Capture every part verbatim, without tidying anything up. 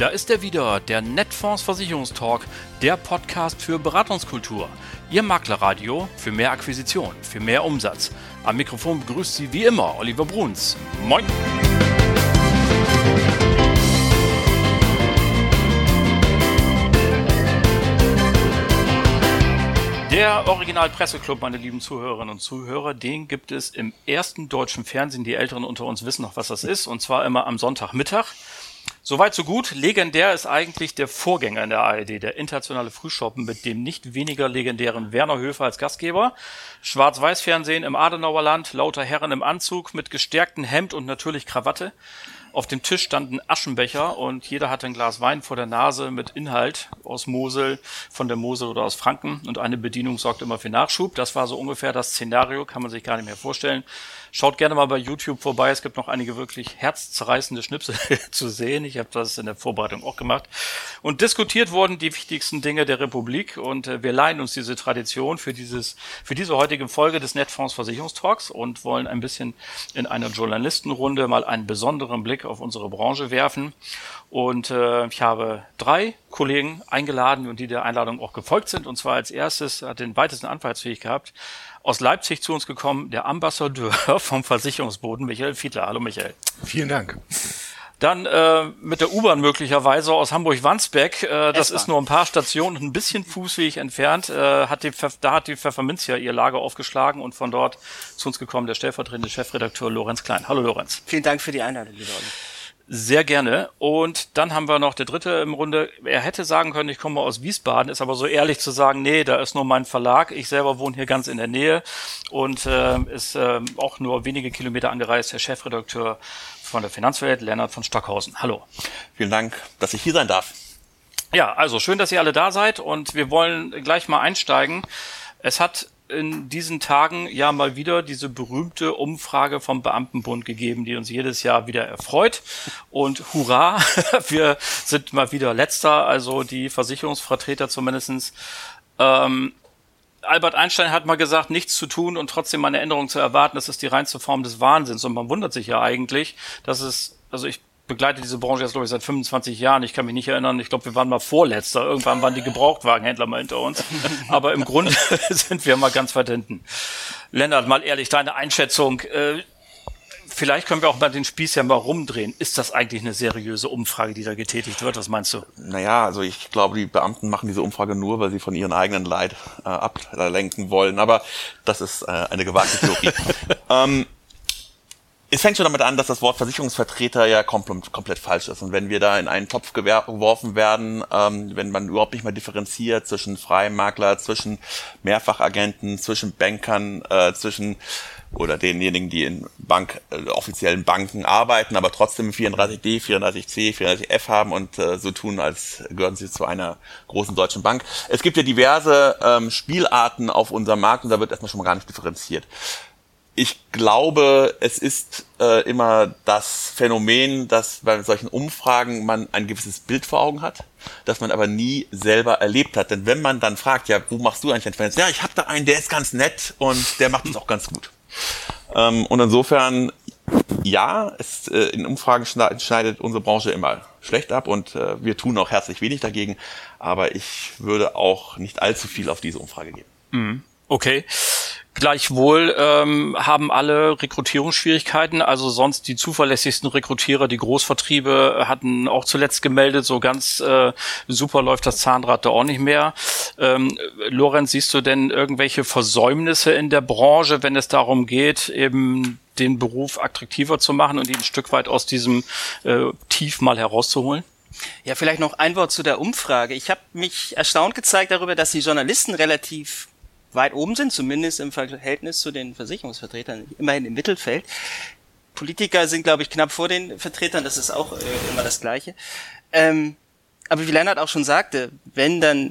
Da ist er wieder, der Netfonds Versicherungstalk, der Podcast für Beratungskultur. Ihr Maklerradio für mehr Akquisition, für mehr Umsatz. Am Mikrofon begrüßt Sie wie immer Oliver Bruns. Moin! Der Original-Presseclub, meine lieben Zuhörerinnen und Zuhörer, den gibt es im ersten deutschen Fernsehen. Die Älteren unter uns wissen noch, was das ist, und zwar immer am Sonntagmittag. Soweit so gut. Legendär ist eigentlich der Vorgänger in der A R D, der internationale Frühschoppen mit dem nicht weniger legendären Werner Höfer als Gastgeber. Schwarz-Weiß-Fernsehen im Adenauerland, lauter Herren im Anzug mit gestärktem Hemd und natürlich Krawatte. Auf dem Tisch standen Aschenbecher und jeder hatte ein Glas Wein vor der Nase mit Inhalt aus Mosel, von der Mosel oder aus Franken, und eine Bedienung sorgt immer für Nachschub. Das war so ungefähr das Szenario, kann man sich gar nicht mehr vorstellen. Schaut gerne mal bei YouTube vorbei, es gibt noch einige wirklich herzzerreißende Schnipsel zu sehen. Ich habe das in der Vorbereitung auch gemacht. Und diskutiert wurden die wichtigsten Dinge der Republik, und äh, wir leihen uns diese Tradition für dieses für diese heutige Folge des Netfonds Versicherungstalks und wollen ein bisschen in einer Journalistenrunde mal einen besonderen Blick auf unsere Branche werfen. Und äh, ich habe drei Kollegen eingeladen, und die der Einladung auch gefolgt sind. Und zwar als erstes, hat den weitesten Anfahrtsweg gehabt, aus Leipzig zu uns gekommen, der Ambassadeur vom Versicherungsboden, Michael Fiedler. Hallo Michael. Vielen Dank. Dann äh, mit der U-Bahn möglicherweise aus Hamburg-Wandsbek. Äh, das ist nur ein paar Stationen und ein bisschen Fußweg entfernt. Äh, hat die Pfeff- da hat die Pfefferminz ja ihr Lager aufgeschlagen, und von dort zu uns gekommen der stellvertretende Chefredakteur Lorenz Klein. Hallo Lorenz. Vielen Dank für die Einladung, lieber Olli. Sehr gerne. Und dann haben wir noch der dritte im Runde. Er hätte sagen können, ich komme aus Wiesbaden, ist aber so ehrlich zu sagen, nee, da ist nur mein Verlag. Ich selber wohne hier ganz in der Nähe und äh, ist äh, auch nur wenige Kilometer angereist, der Chefredakteur von der Finanzwelt, Lennart von Stockhausen. Hallo. Vielen Dank, dass ich hier sein darf. Ja, also schön, dass ihr alle da seid, und wir wollen gleich mal einsteigen. Es hat in diesen Tagen ja mal wieder diese berühmte Umfrage vom Beamtenbund gegeben, die uns jedes Jahr wieder erfreut. Und hurra, wir sind mal wieder Letzter, also die Versicherungsvertreter zumindestens. Ähm, Albert Einstein hat mal gesagt, nichts zu tun und trotzdem eine Änderung zu erwarten, das ist die reinste Form des Wahnsinns. Und man wundert sich ja eigentlich, dass es, also ich begleite diese Branche jetzt, glaube ich, seit fünfundzwanzig Jahren. Ich kann mich nicht erinnern. Ich glaube, wir waren mal Vorletzter. Irgendwann waren die Gebrauchtwagenhändler mal hinter uns. Aber im Grunde sind wir mal ganz weit hinten. Lennart, mal ehrlich, deine Einschätzung. Äh, vielleicht können wir auch mal den Spieß ja mal rumdrehen. Ist das eigentlich eine seriöse Umfrage, die da getätigt wird? Was meinst du? Naja, also ich glaube, die Beamten machen diese Umfrage nur, weil sie von ihren eigenen Leid äh, ablenken wollen. Aber das ist äh, eine gewagte Theorie. ähm, Es fängt schon damit an, dass das Wort Versicherungsvertreter ja komplett, komplett falsch ist. Und wenn wir da in einen Topf geworfen werden, ähm, wenn man überhaupt nicht mehr differenziert zwischen Freimakler, zwischen Mehrfachagenten, zwischen Bankern, äh, zwischen oder denjenigen, die in Bank, äh, offiziellen Banken arbeiten, aber trotzdem vierunddreißig D, vierunddreißig C, vierunddreißig F haben und äh, so tun, als gehören sie zu einer großen deutschen Bank. Es gibt ja diverse ähm, Spielarten auf unserem Markt, und da wird erstmal schon mal gar nicht differenziert. Ich glaube, es ist äh, immer das Phänomen, dass bei solchen Umfragen man ein gewisses Bild vor Augen hat, das man aber nie selber erlebt hat. Denn wenn man dann fragt, ja, wo machst du eigentlich einen Fans? Ja, ich habe da einen, der ist ganz nett und der macht es auch ganz gut. Ähm, und insofern, ja, es, äh, in Umfragen schneidet unsere Branche immer schlecht ab, und äh, wir tun auch herzlich wenig dagegen. Aber ich würde auch nicht allzu viel auf diese Umfrage geben. Mhm. Okay. Gleichwohl ähm, haben alle Rekrutierungsschwierigkeiten, also sonst die zuverlässigsten Rekrutierer, die Großvertriebe, hatten auch zuletzt gemeldet, so ganz äh, super läuft das Zahnrad da auch nicht mehr. Ähm, Lorenz, siehst du denn irgendwelche Versäumnisse in der Branche, wenn es darum geht, eben den Beruf attraktiver zu machen und ihn ein Stück weit aus diesem äh, Tief mal herauszuholen? Ja, vielleicht noch ein Wort zu der Umfrage. Ich habe mich erstaunt gezeigt darüber, dass die Journalisten relativ weit oben sind, zumindest im Verhältnis zu den Versicherungsvertretern, immerhin im Mittelfeld. Politiker sind, glaube ich, knapp vor den Vertretern, das ist auch äh, immer das Gleiche. Ähm, aber wie Lennart auch schon sagte, wenn dann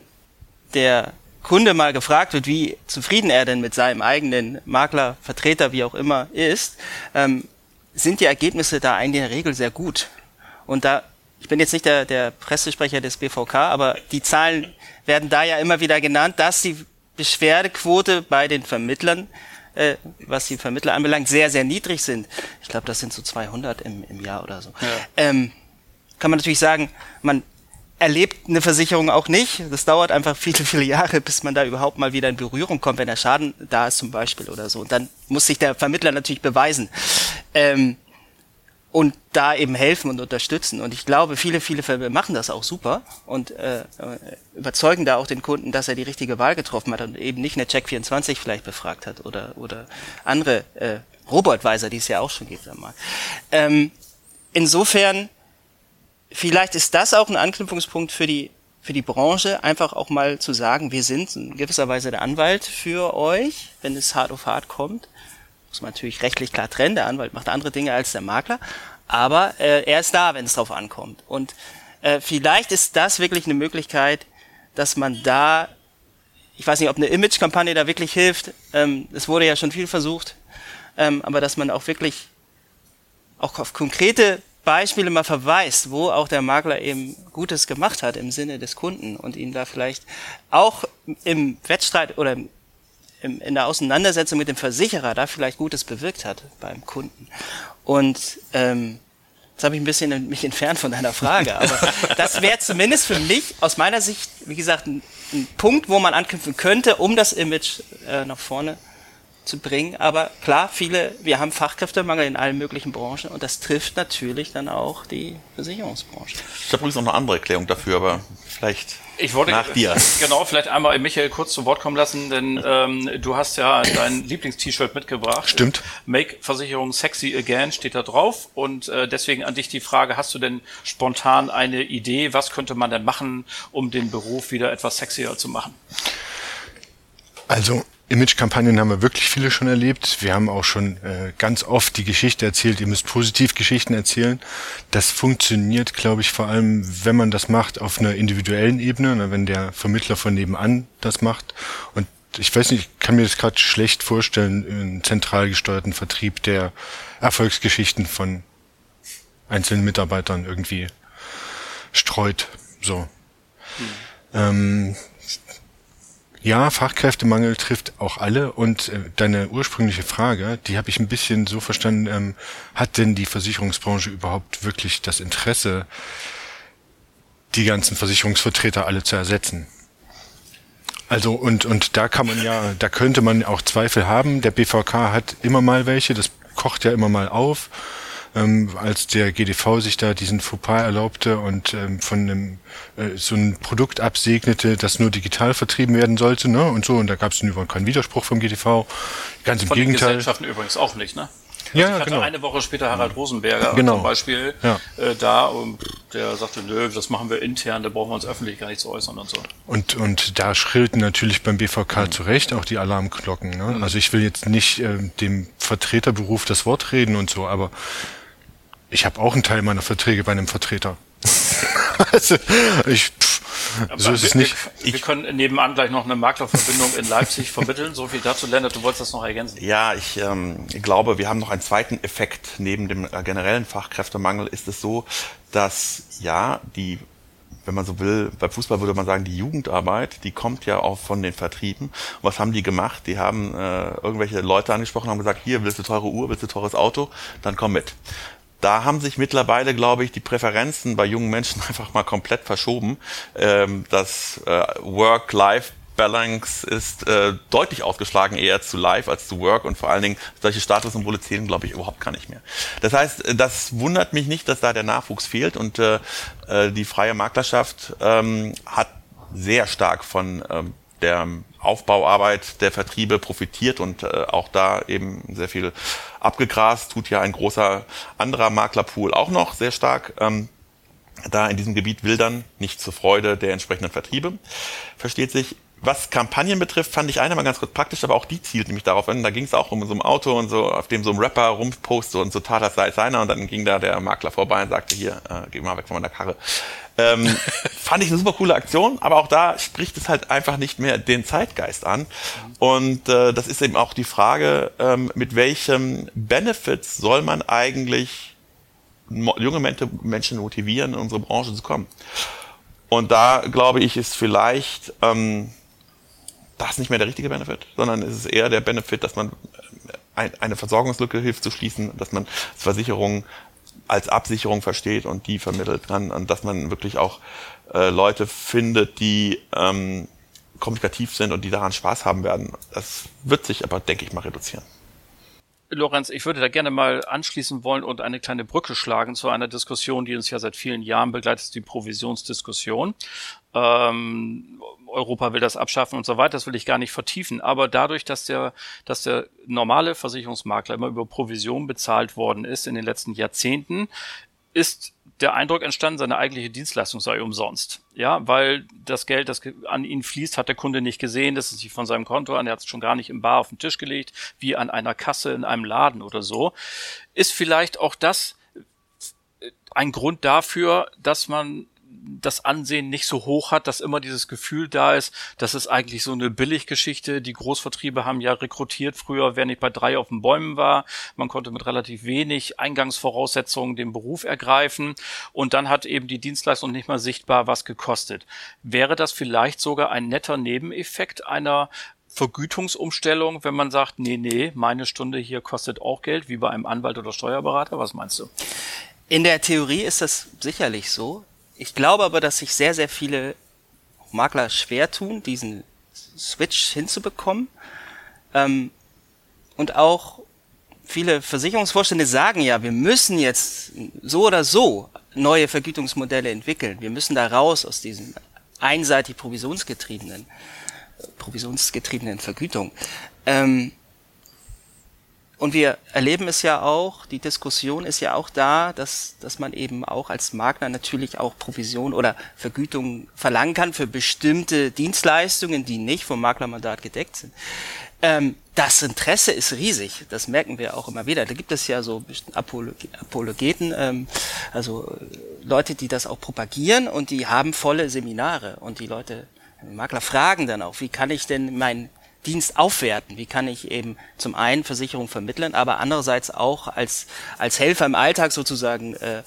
der Kunde mal gefragt wird, wie zufrieden er denn mit seinem eigenen Makler, Vertreter, wie auch immer ist, ähm, sind die Ergebnisse da in der Regel sehr gut. Und da, ich bin jetzt nicht der, der Pressesprecher des B V K, aber die Zahlen werden da ja immer wieder genannt, dass die Beschwerdequote bei den Vermittlern, äh, was die Vermittler anbelangt, sehr, sehr niedrig sind. Ich glaube, das sind so zweihundert im, im Jahr oder so. Ja. Ähm, kann man natürlich sagen, man erlebt eine Versicherung auch nicht. Das dauert einfach viele, viele Jahre, bis man da überhaupt mal wieder in Berührung kommt, wenn der Schaden da ist zum Beispiel oder so. Und dann muss sich der Vermittler natürlich beweisen ähm, und da eben helfen und unterstützen. Und ich glaube, viele, viele Firmen machen das auch super und äh, überzeugen da auch den Kunden, dass er die richtige Wahl getroffen hat und eben nicht eine Check vierundzwanzig vielleicht befragt hat oder oder andere äh, Robo-Advisor, die es ja auch schon gibt. Einmal. Ähm, insofern vielleicht ist das auch ein Anknüpfungspunkt für die für die Branche, einfach auch mal zu sagen, wir sind in gewisser Weise der Anwalt für euch, wenn es hart auf hart kommt. Muss man natürlich rechtlich klar trennen, der Anwalt macht andere Dinge als der Makler, aber äh, er ist da, wenn es drauf ankommt. Und äh, vielleicht ist das wirklich eine Möglichkeit, dass man da, ich weiß nicht, ob eine Image-Kampagne da wirklich hilft, ähm, es wurde ja schon viel versucht, ähm, aber dass man auch wirklich auch auf konkrete Beispiele mal verweist, wo auch der Makler eben Gutes gemacht hat im Sinne des Kunden und ihn da vielleicht auch im Wettstreit oder im, im, in der Auseinandersetzung mit dem Versicherer da vielleicht Gutes bewirkt hat beim Kunden. Und ähm, jetzt habe ich ein bisschen mich entfernt von deiner Frage, aber das wäre zumindest für mich aus meiner Sicht, wie gesagt, ein, ein Punkt, wo man anknüpfen könnte, um das Image äh, nach vorne zu bringen, aber klar, viele, wir haben Fachkräftemangel in allen möglichen Branchen und das trifft natürlich dann auch die Versicherungsbranche. Ich habe übrigens noch eine andere Erklärung dafür, aber vielleicht ich wollte, nach dir. Genau, vielleicht einmal Michael kurz zu Wort kommen lassen, denn ähm, du hast ja dein Lieblingst-T-Shirt mitgebracht. Stimmt. Make Versicherung sexy again steht da drauf und äh, deswegen an dich die Frage, hast du denn spontan eine Idee, was könnte man denn machen, um den Beruf wieder etwas sexier zu machen? Also Image-Kampagnen haben wir wirklich viele schon erlebt. Wir haben auch schon äh, ganz oft die Geschichte erzählt, ihr müsst positiv Geschichten erzählen. Das funktioniert, glaube ich, vor allem, wenn man das macht auf einer individuellen Ebene, ne, wenn der Vermittler von nebenan das macht. Und ich weiß nicht, ich kann mir das gerade schlecht vorstellen, einen zentral gesteuerten Vertrieb, der Erfolgsgeschichten von einzelnen Mitarbeitern irgendwie streut. So. Hm. Ähm, Ja, Fachkräftemangel trifft auch alle und äh, deine ursprüngliche Frage, die habe ich ein bisschen so verstanden, ähm, hat denn die Versicherungsbranche überhaupt wirklich das Interesse, die ganzen Versicherungsvertreter alle zu ersetzen? Also und und da kann man ja, da könnte man auch Zweifel haben. Der B V K hat immer mal welche, das kocht ja immer mal auf. Ähm, als der G D V sich da diesen Fauxpas erlaubte und ähm, von einem äh, so ein Produkt absegnete, das nur digital vertrieben werden sollte, ne? Und so, und da gab es überhaupt keinen Widerspruch vom G D V. Ganz im von Gegenteil. Den Gesellschaften übrigens auch nicht, ne? Also ja, ich hatte genau. eine Woche später Harald Rosenberger genau. zum Beispiel ja. äh, da und der sagte, nö, das machen wir intern, da brauchen wir uns öffentlich gar nicht zu äußern und so. Und und da schrillten natürlich beim B V K mhm. zu Recht auch die Alarmglocken. Ne? Mhm. Also ich will jetzt nicht äh, dem Vertreterberuf das Wort reden und so, aber ich habe auch einen Teil meiner Verträge bei einem Vertreter. also ich, pff, so ist wir, es nicht. Wir, wir können nebenan gleich noch eine Maklerverbindung in Leipzig vermitteln. So viel dazu, Lennart, du wolltest das noch ergänzen. Ja, ich ähm, glaube, wir haben noch einen zweiten Effekt. Neben dem äh, generellen Fachkräftemangel ist es so, dass ja die, wenn man so will, beim Fußball würde man sagen, die Jugendarbeit, die kommt ja auch von den Vertrieben. Und was haben die gemacht? Die haben äh, irgendwelche Leute angesprochen und haben gesagt, hier, willst du teure Uhr, willst du teures Auto? Dann komm mit. Da haben sich mittlerweile, glaube ich, die Präferenzen bei jungen Menschen einfach mal komplett verschoben. Ähm, das äh, Work-Life-Balance ist äh, deutlich ausgeschlagen, eher zu Life als zu Work, und vor allen Dingen solche Statussymbole zählen, glaube ich, überhaupt gar nicht mehr. Das heißt, das wundert mich nicht, dass da der Nachwuchs fehlt, und äh, die freie Maklerschaft ähm, hat sehr stark von ähm, der Aufbauarbeit der Vertriebe profitiert und äh, auch da eben sehr viel abgegrast, tut ja ein großer anderer Maklerpool auch noch sehr stark ähm, da in diesem Gebiet wildern, nicht zur Freude der entsprechenden Vertriebe, versteht sich. Was Kampagnen betrifft, fand ich eine mal ganz kurz praktisch, aber auch die zielt nämlich darauf an. Da ging es auch um so ein Auto und so, auf dem so ein Rapper rumpostet und so tat, das sei seiner, und dann ging da der Makler vorbei und sagte, hier, äh, geh mal weg von meiner Karre. Ähm, fand ich eine super coole Aktion, aber auch da spricht es halt einfach nicht mehr den Zeitgeist an. Und äh, das ist eben auch die Frage, ähm, mit welchem Benefits soll man eigentlich junge Menschen motivieren, in unsere Branche zu kommen. Und da, glaube ich, ist vielleicht ähm, das nicht mehr der richtige Benefit, sondern es ist eher der Benefit, dass man ein, eine Versorgungslücke hilft zu schließen, dass man Versicherungen als Absicherung versteht und die vermittelt kann und dass man wirklich auch äh, Leute findet, die ähm, kommunikativ sind und die daran Spaß haben werden. Das wird sich aber, denke ich mal, reduzieren. Lorenz, ich würde da gerne mal anschließen wollen und eine kleine Brücke schlagen zu einer Diskussion, die uns ja seit vielen Jahren begleitet, die Provisionsdiskussion. Ähm, Europa will das abschaffen und so weiter, das will ich gar nicht vertiefen. Aber dadurch, dass der, dass der normale Versicherungsmakler immer über Provision bezahlt worden ist in den letzten Jahrzehnten, ist der Eindruck entstanden, seine eigentliche Dienstleistung sei umsonst. Ja, weil das Geld, das an ihn fließt, hat der Kunde nicht gesehen, das ist nicht von seinem Konto an, er hat es schon gar nicht im Bar auf den Tisch gelegt, wie an einer Kasse in einem Laden oder so. Ist vielleicht auch das ein Grund dafür, dass man das Ansehen nicht so hoch hat, dass immer dieses Gefühl da ist, das ist eigentlich so eine Billiggeschichte. Die Großvertriebe haben ja rekrutiert früher, wer nicht bei drei auf den Bäumen war. Man konnte mit relativ wenig Eingangsvoraussetzungen den Beruf ergreifen und dann hat eben die Dienstleistung nicht mal sichtbar was gekostet. Wäre das vielleicht sogar ein netter Nebeneffekt einer Vergütungsumstellung, wenn man sagt, nee, nee, meine Stunde hier kostet auch Geld, wie bei einem Anwalt oder Steuerberater? Was meinst du? In der Theorie ist das sicherlich so. Ich glaube aber, dass sich sehr, sehr viele Makler schwer tun, diesen Switch hinzubekommen. Ähm, und auch viele Versicherungsvorstände sagen ja, wir müssen jetzt so oder so neue Vergütungsmodelle entwickeln. Wir müssen da raus aus diesem einseitig provisionsgetriebenen, provisionsgetriebenen Vergütung. Ähm, Und wir erleben es ja auch, die Diskussion ist ja auch da, dass dass man eben auch als Makler natürlich auch Provision oder Vergütung verlangen kann für bestimmte Dienstleistungen, die nicht vom Maklermandat gedeckt sind. Ähm, das Interesse ist riesig, das merken wir auch immer wieder. Da gibt es ja so Apologeten, ähm, also Leute, die das auch propagieren und die haben volle Seminare und die Leute, die Makler fragen dann auch, wie kann ich denn mein Dienst aufwerten? Wie kann ich eben zum einen Versicherung vermitteln, aber andererseits auch als als Helfer im Alltag sozusagen äh,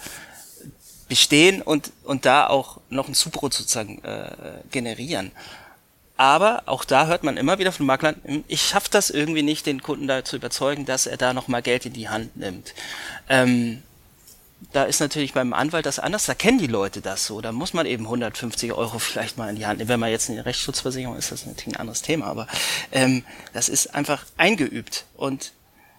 bestehen und und da auch noch ein Zubrot sozusagen äh, generieren. Aber auch da hört man immer wieder von Maklern, ich schaffe das irgendwie nicht, den Kunden da zu überzeugen, dass er da noch mal Geld in die Hand nimmt. Ähm, Da ist natürlich beim Anwalt das anders, da kennen die Leute das so, da muss man eben hundertfünfzig Euro vielleicht mal in die Hand nehmen. Wenn man jetzt eine Rechtsschutzversicherung ist, das natürlich ein anderes Thema, aber ähm, das ist einfach eingeübt und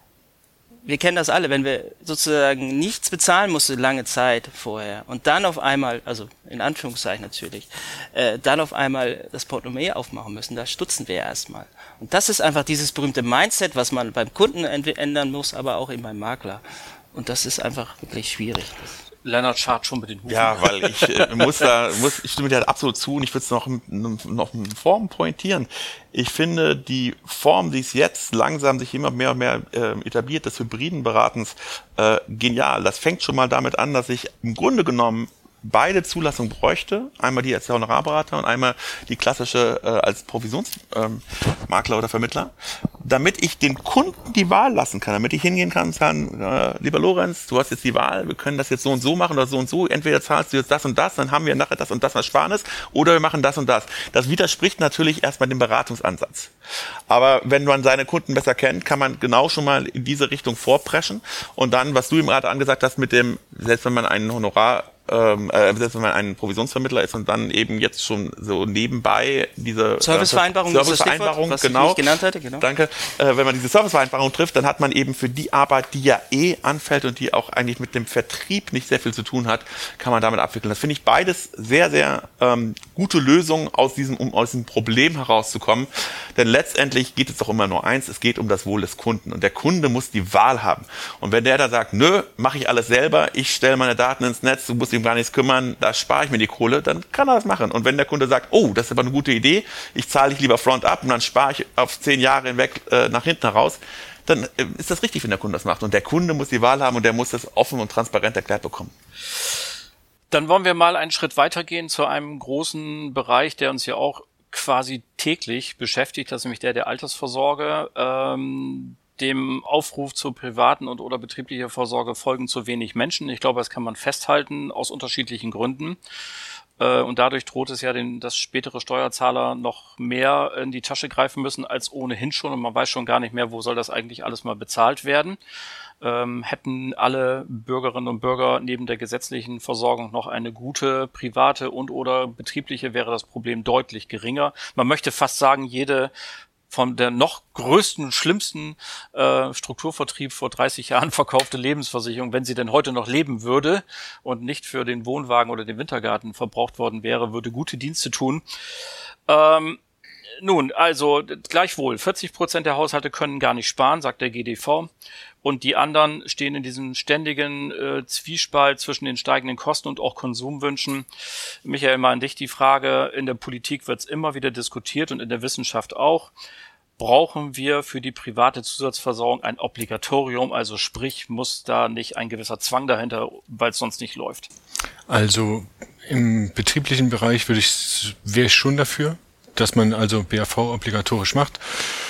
wir kennen das alle, wenn wir sozusagen nichts bezahlen mussten lange Zeit vorher und dann auf einmal, also in Anführungszeichen natürlich, äh, dann auf einmal das Portemonnaie aufmachen müssen, da stutzen wir erstmal. Und das ist einfach dieses berühmte Mindset, was man beim Kunden ändern muss, aber auch eben beim Makler. Und das ist einfach wirklich schwierig. Lennart scharrt schon mit den Hufen. Ja, weil ich äh, muss da, muss, ich stimme dir absolut zu und ich würde es noch, noch in Form pointieren. Ich finde die Form, die es jetzt langsam sich immer mehr und mehr äh, etabliert, des hybriden Beratens, äh, genial. Das fängt schon mal damit an, dass ich im Grunde genommen beide Zulassungen bräuchte, einmal die als Honorarberater und einmal die klassische äh, als Provisionsmakler ähm, oder Vermittler, damit ich dem Kunden die Wahl lassen kann, damit ich hingehen kann und sagen, äh, lieber Lorenz, du hast jetzt die Wahl, wir können das jetzt so und so machen oder so und so, entweder zahlst du jetzt das und das, dann haben wir nachher das und das Ersparnis oder wir machen das und das. Das widerspricht natürlich erstmal dem Beratungsansatz. Aber wenn man seine Kunden besser kennt, kann man genau schon mal in diese Richtung vorpreschen und dann, was du ihm gerade angesagt hast mit dem, selbst wenn man einen Honorar Ähm, äh, selbst wenn man ein Provisionsvermittler ist und dann eben jetzt schon so nebenbei diese Servicevereinbarung, äh, Servicevereinbarung, was genau, ich genannt hatte, genau. Danke. Äh, wenn man diese Servicevereinbarung trifft, dann hat man eben für die Arbeit, die ja eh anfällt und die auch eigentlich mit dem Vertrieb nicht sehr viel zu tun hat, kann man damit abwickeln. Das finde ich beides sehr, sehr ähm, gute Lösungen aus diesem, um aus diesem Problem herauszukommen. Denn letztendlich geht es doch immer nur eins, es geht um das Wohl des Kunden. Und der Kunde muss die Wahl haben. Und wenn der da sagt, nö, mache ich alles selber, ich stelle meine Daten ins Netz, du musst dich gar nichts kümmern, da spare ich mir die Kohle, dann kann er das machen. Und wenn der Kunde sagt, oh, das ist aber eine gute Idee, ich zahle dich lieber front up und dann spare ich auf zehn Jahre hinweg äh, nach hinten heraus, dann äh, ist das richtig, wenn der Kunde das macht. Und der Kunde muss die Wahl haben und der muss das offen und transparent erklärt bekommen. Dann wollen wir mal einen Schritt weitergehen zu einem großen Bereich, der uns ja auch quasi täglich beschäftigt, das ist nämlich der der Altersvorsorge. Ähm, dem Aufruf zur privaten und oder betrieblicher Vorsorge folgen zu wenig Menschen. Ich glaube, das kann man festhalten aus unterschiedlichen Gründen. Äh, und dadurch droht es ja, den, dass spätere Steuerzahler noch mehr in die Tasche greifen müssen als ohnehin schon. Und man weiß schon gar nicht mehr, wo soll das eigentlich alles mal bezahlt werden. Ähm, hätten alle Bürgerinnen und Bürger neben der gesetzlichen Versorgung noch eine gute private und oder betriebliche, wäre das Problem deutlich geringer. Man möchte fast sagen, jede von der noch größten, schlimmsten äh, Strukturvertrieb vor dreißig Jahren verkaufte Lebensversicherung, wenn sie denn heute noch leben würde und nicht für den Wohnwagen oder den Wintergarten verbraucht worden wäre, würde gute Dienste tun. Ähm, nun, also gleichwohl, vierzig Prozent der Haushalte können gar nicht sparen, sagt der G D V. Und die anderen stehen in diesem ständigen äh, Zwiespalt zwischen den steigenden Kosten und auch Konsumwünschen. Michael, mal an dich die Frage, in der Politik wird es immer wieder diskutiert und in der Wissenschaft auch. Brauchen wir für die private Zusatzversorgung ein Obligatorium? Also sprich, muss da nicht ein gewisser Zwang dahinter, weil es sonst nicht läuft? Also im betrieblichen Bereich würde ich, wäre ich schon dafür, dass man also B A V obligatorisch macht.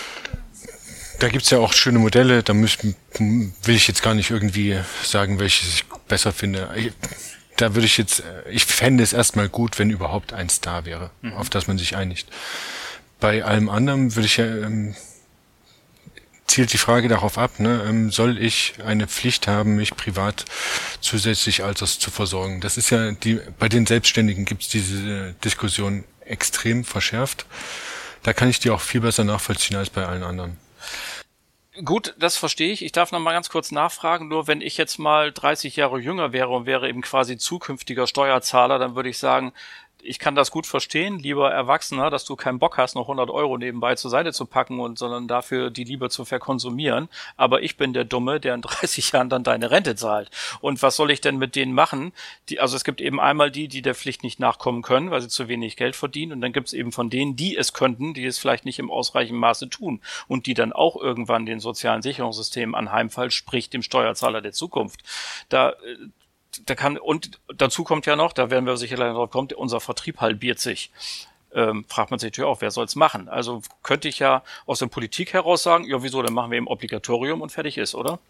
Da gibt's ja auch schöne Modelle, da müssen, will ich jetzt gar nicht irgendwie sagen, welches ich besser finde. Ich, da würde ich jetzt, ich fände es erstmal gut, wenn überhaupt eins da wäre, mhm. auf das man sich einigt. Bei allem anderen würde ich ja, ähm, zielt die Frage darauf ab, ne, ähm, soll ich eine Pflicht haben, mich privat zusätzlich Alters zu versorgen? Das ist ja, die, bei den Selbstständigen gibt's diese Diskussion extrem verschärft. Da kann ich die auch viel besser nachvollziehen als bei allen anderen. Gut, das verstehe ich. Ich darf noch mal ganz kurz nachfragen. Nur wenn ich jetzt mal dreißig Jahre jünger wäre und wäre eben quasi zukünftiger Steuerzahler, dann würde ich sagen, ich kann das gut verstehen, lieber Erwachsener, dass du keinen Bock hast, noch hundert Euro nebenbei zur Seite zu packen und sondern dafür die Liebe zu verkonsumieren. Aber ich bin der Dumme, der in dreißig Jahren dann deine Rente zahlt. Und was soll ich denn mit denen machen? Die, also es gibt eben einmal die, die der Pflicht nicht nachkommen können, weil sie zu wenig Geld verdienen. Und dann gibt es eben von denen, die es könnten, die es vielleicht nicht im ausreichenden Maße tun und die dann auch irgendwann den sozialen Sicherungssystemen anheimfallen, sprich dem Steuerzahler der Zukunft. Da Da kann, und dazu kommt ja noch, da werden wir sicherlich drauf kommen, unser Vertrieb halbiert sich. Ähm, fragt man sich natürlich auch, wer soll's machen? Also könnte ich ja aus der Politik heraus sagen, ja wieso, dann machen wir eben Obligatorium und fertig ist, oder?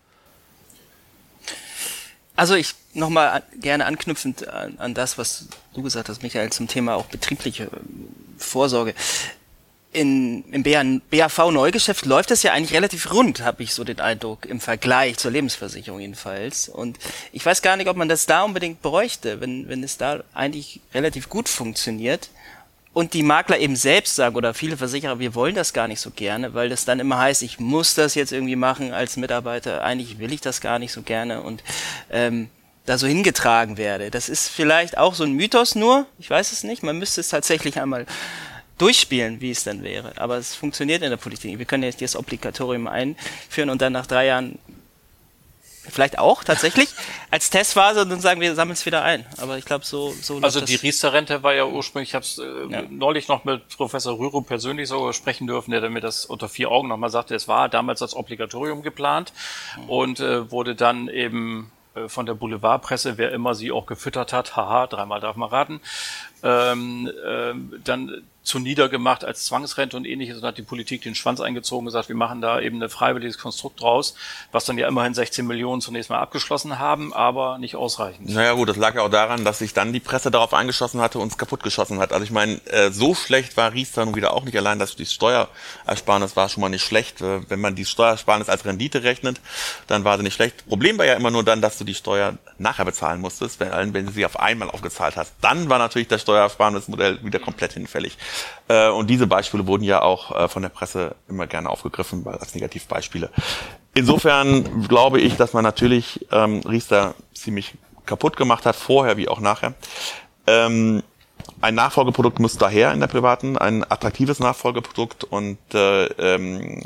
Also ich nochmal gerne anknüpfend an, an das, was du gesagt hast, Michael, zum Thema auch betriebliche Vorsorge. In, im B A V-Neugeschäft läuft das ja eigentlich relativ rund, habe ich so den Eindruck, im Vergleich zur Lebensversicherung jedenfalls. Und ich weiß gar nicht, ob man das da unbedingt bräuchte, wenn, wenn es da eigentlich relativ gut funktioniert. Und die Makler eben selbst sagen, oder viele Versicherer, wir wollen das gar nicht so gerne, weil das dann immer heißt, ich muss das jetzt irgendwie machen als Mitarbeiter. Eigentlich will ich das gar nicht so gerne und ähm, da so hingetragen werde. Das ist vielleicht auch so ein Mythos nur, ich weiß es nicht, man müsste es tatsächlich einmal durchspielen, wie es dann wäre. Aber es funktioniert in der Politik. Wir können jetzt das Obligatorium einführen und dann nach drei Jahren vielleicht auch tatsächlich als Testphase und dann sagen wir, sammeln es wieder ein. Aber ich glaube, so, so also die Riester-Rente war ja ursprünglich, ich habe es äh, ja. neulich noch mit Professor Rürup persönlich sogar sprechen dürfen, der mir das unter vier Augen nochmal sagte, es war damals als Obligatorium geplant mhm. und äh, wurde dann eben äh, von der Boulevardpresse, wer immer sie auch gefüttert hat, haha, dreimal darf man raten, ähm, äh, dann zu niedergemacht als Zwangsrente und ähnliches und hat die Politik den Schwanz eingezogen und gesagt, wir machen da eben ein freiwilliges Konstrukt draus, was dann ja immerhin sechzehn Millionen zunächst mal abgeschlossen haben, aber nicht ausreichend. Naja gut, das lag ja auch daran, dass sich dann die Presse darauf eingeschossen hatte und es kaputtgeschossen hat. Also ich meine, äh, so schlecht war Riester nun wieder auch nicht. Allein, dass die Steuerersparnis war schon mal nicht schlecht. Äh, wenn man die Steuerersparnis als Rendite rechnet, dann war sie nicht schlecht. Problem war ja immer nur dann, dass du die Steuer nachher bezahlen musstest, wenn, wenn du sie auf einmal aufgezahlt hast. Dann war natürlich das Steuerersparnismodell wieder komplett hinfällig. Und diese Beispiele wurden ja auch von der Presse immer gerne aufgegriffen, weil als Negativbeispiele. Insofern glaube ich, dass man natürlich ähm, Riester ziemlich kaputt gemacht hat, vorher wie auch nachher. Ähm, ein Nachfolgeprodukt muss daher in der privaten, ein attraktives Nachfolgeprodukt und äh, ähm,